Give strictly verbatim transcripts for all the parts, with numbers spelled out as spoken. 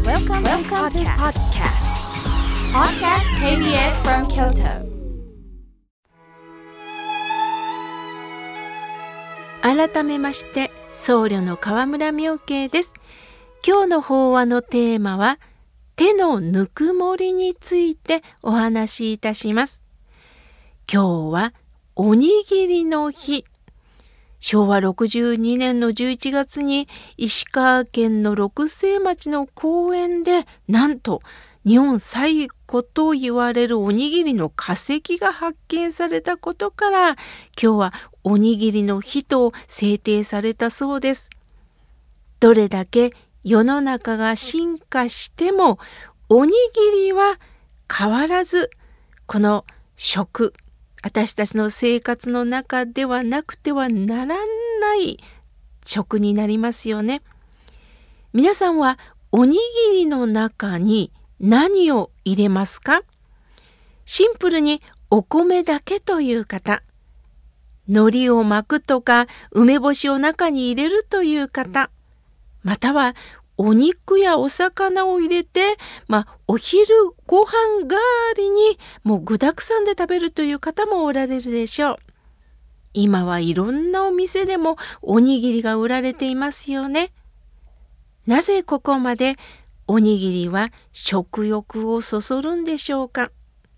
Welcome, Welcome to podcast. Podcast ケービーエス from Kyoto. 改めまして僧侶の河村妙慶です。今日の法話のテーマは手のぬくもりについてお話しいたします。今日はおにぎりの日。しょうわろくじゅうにねんのじゅういちがつに石川県の六西町の公園でなんと日本最古と言われるおにぎりの化石が発見されたことから今日はおにぎりの日と制定されたそうです。どれだけ世の中が進化してもおにぎりは変わらずこの食、私たちの生活の中ではなくてはならない食になりますよね。皆さんはおにぎりの中に何を入れますか？シンプルにお米だけという方、海苔を巻くとか梅干しを中に入れるという方、またはお肉やお魚を入れて、まあ、お昼ご飯代わりにもう具だくさんで食べるという方もおられるでしょう。今はいろんなお店でもおにぎりが売られていますよね。なぜここまでおにぎりは食欲をそそるんでしょうか。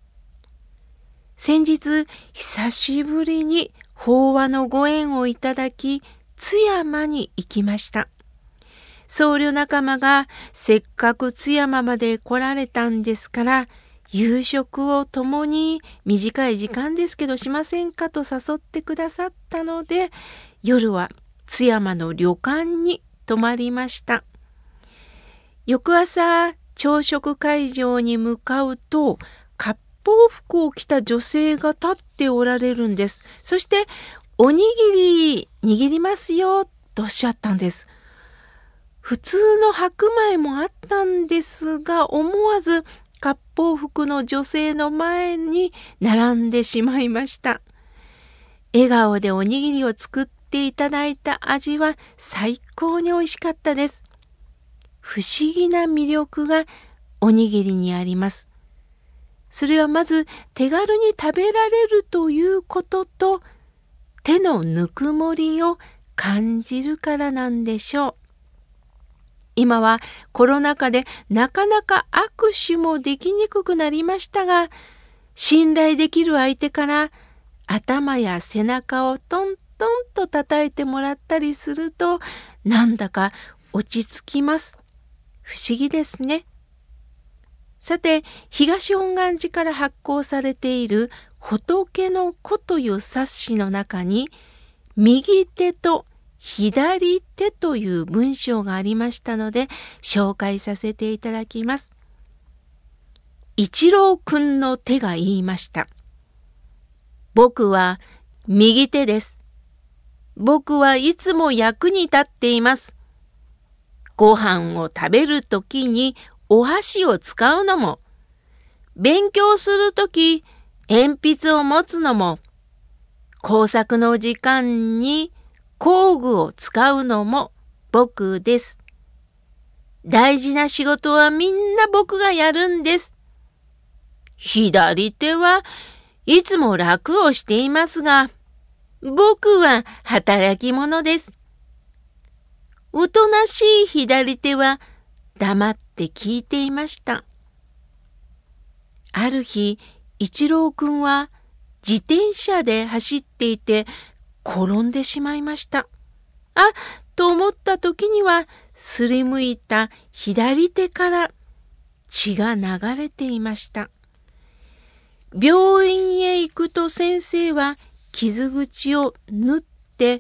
先日久しぶりに法話のご縁をいただき津山に行きました。僧侶仲間がせっかく津山まで来られたんですから夕食を共に短い時間ですけどしませんかと誘ってくださったので夜は津山の旅館に泊まりました。翌朝朝食会場に向かうと割烹服を着た女性が立っておられるんです。そしておにぎり握りますよとおっしゃったんです。普通の白米もあったんですが思わず割烹服の女性の前に並んでしまいました。笑顔でおにぎりを作っていただいた味は最高に美味しかったです。不思議な魅力がおにぎりにあります。それはまず手軽に食べられるということと手のぬくもりを感じるからなんでしょう。今はコロナ禍でなかなか握手もできにくくなりましたが、信頼できる相手から頭や背中をトントンと叩いてもらったりすると、なんだか落ち着きます。不思議ですね。さて、東本願寺から発行されている仏の子という冊子の中に、右手と左手という文章がありましたので紹介させていただきます。一郎くんの手が言いました。僕は右手です。僕はいつも役に立っています。ご飯を食べるときにお箸を使うのも、勉強するとき鉛筆を持つのも、工作の時間に工具を使うのも僕です。大事な仕事はみんな僕がやるんです。左手はいつも楽をしていますが、僕は働き者です。おとなしい左手は黙って聞いていました。ある日、一郎くんは自転車で走っていて転んでしまいました。あ、と思った時にはすりむいた左手から血が流れていました。病院へ行くと先生は傷口を縫って、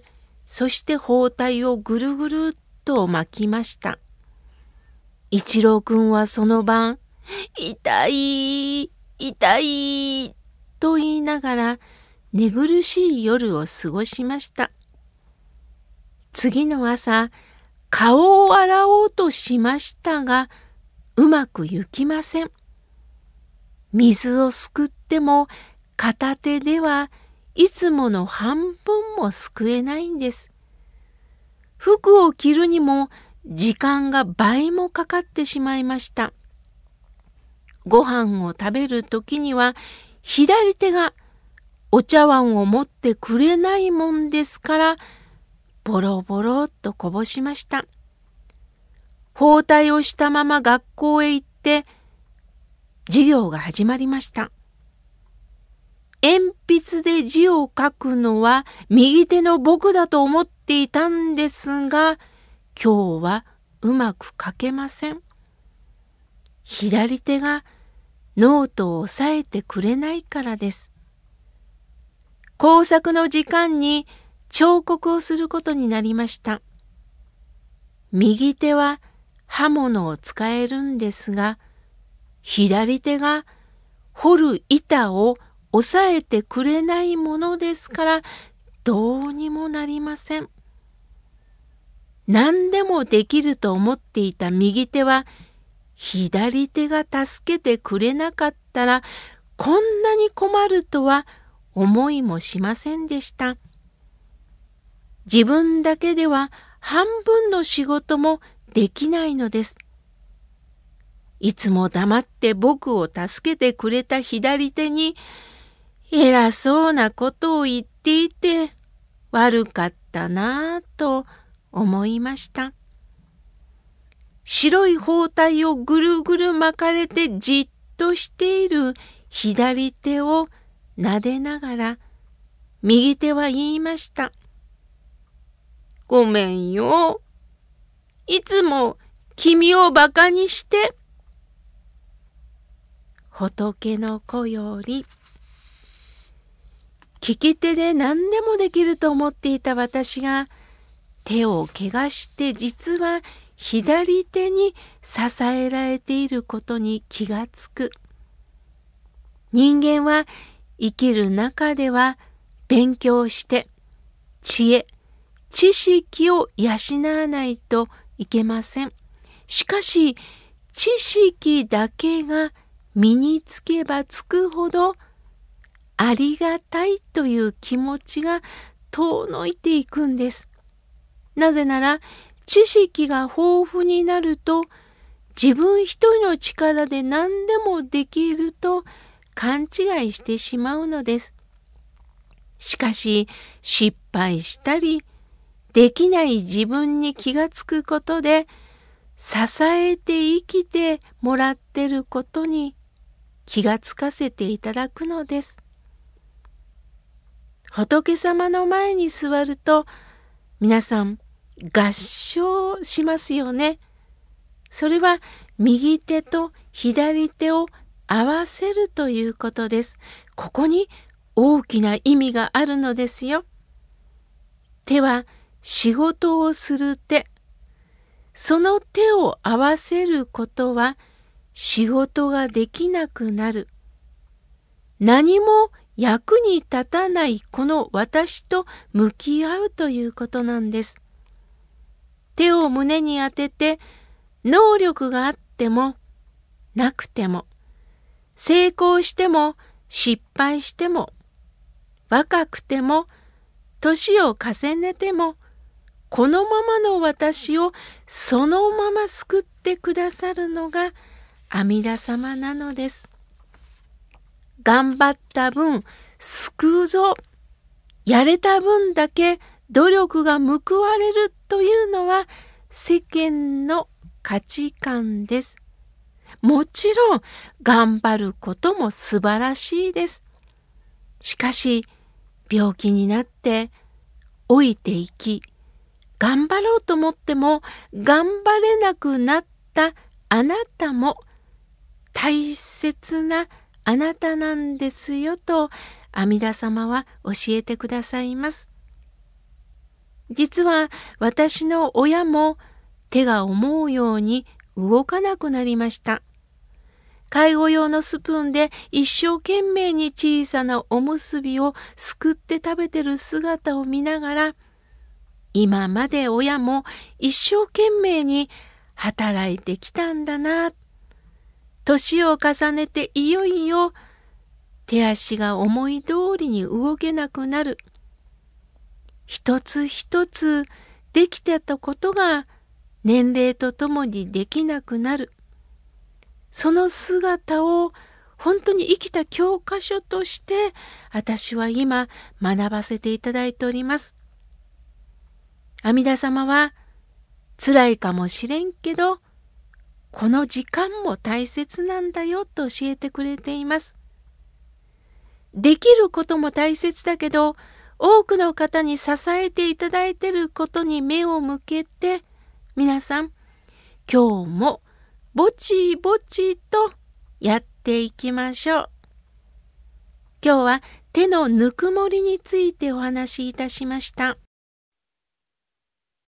そして包帯をぐるぐるっと巻きました。一郎くんはその晩、痛い、痛いと言いながら寝苦しい夜を過ごしました。次の朝、顔を洗おうとしましたが、うまくいきません。水をすくっても片手ではいつもの半分もすくえないんです。服を着るにも時間が倍もかかってしまいました。ご飯を食べるときには左手がお茶碗を持ってくれないもんですから、ボロボロっとこぼしました。包帯をしたまま学校へ行って授業が始まりました。鉛筆で字を書くのは右手の僕だと思っていたんですが、今日はうまく書けません。左手がノートを押さえてくれないからです。工作の時間に彫刻をすることになりました。右手は刃物を使えるんですが、左手が彫る板を押さえてくれないものですから、どうにもなりません。何でもできると思っていた右手は、左手が助けてくれなかったら、こんなに困るとは思いもしませんでした。自分だけでは半分の仕事もできないのです。いつも黙って僕を助けてくれた左手に、偉そうなことを言っていて悪かったなぁと思いました。白い包帯をぐるぐる巻かれてじっとしている左手を撫でながら、右手は言いました。ごめんよ。いつも君をバカにして。仏の子より。利き手で何でもできると思っていた私が、手を怪我して実は左手に支えられていることに気がつく。人間は生きる中では勉強して知恵、知識を養わないといけません。しかし知識だけが身につけばつくほどありがたいという気持ちが遠のいていくんです。なぜなら知識が豊富になると自分一人の力で何でもできると勘違いしてしまうのです。しかし失敗したりできない自分に気がつくことで支えて生きてもらってることに気がつかせていただくのです。仏様の前に座ると皆さん合掌しますよね。それは右手と左手を合わせるということです。ここに大きな意味があるのですよ。手は仕事をする手。その手を合わせることは仕事ができなくなる。何も役に立たないこの私と向き合うということなんです。手を胸に当てて能力があってもなくても成功しても失敗しても若くても年を重ねてもこのままの私をそのまま救ってくださるのが阿弥陀様なのです。頑張った分救うぞ。やれた分だけ努力が報われるというのは世間の価値観です。もちろん頑張ることも素晴らしいです。しかし病気になって老いていき、頑張ろうと思っても頑張れなくなったあなたも大切なあなたなんですよと阿弥陀様は教えてくださいます。実は私の親も手が思うように動かなくなりました。介護用のスプーンで一生懸命に小さなおむすびをすくって食べてる姿を見ながら、今まで親も一生懸命に働いてきたんだな。年を重ねていよいよ手足が思い通りに動けなくなる。一つ一つできてたことが年齢とともにできなくなる。その姿を本当に生きた教科書として私は今学ばせていただいております。阿弥陀様は辛いかもしれんけど、この時間も大切なんだよと教えてくれています。できることも大切だけど、多くの方に支えていただいていることに目を向けて、皆さん今日もぼちぼちとやっていきましょう。今日は手のぬくもりについてお話しいたしました。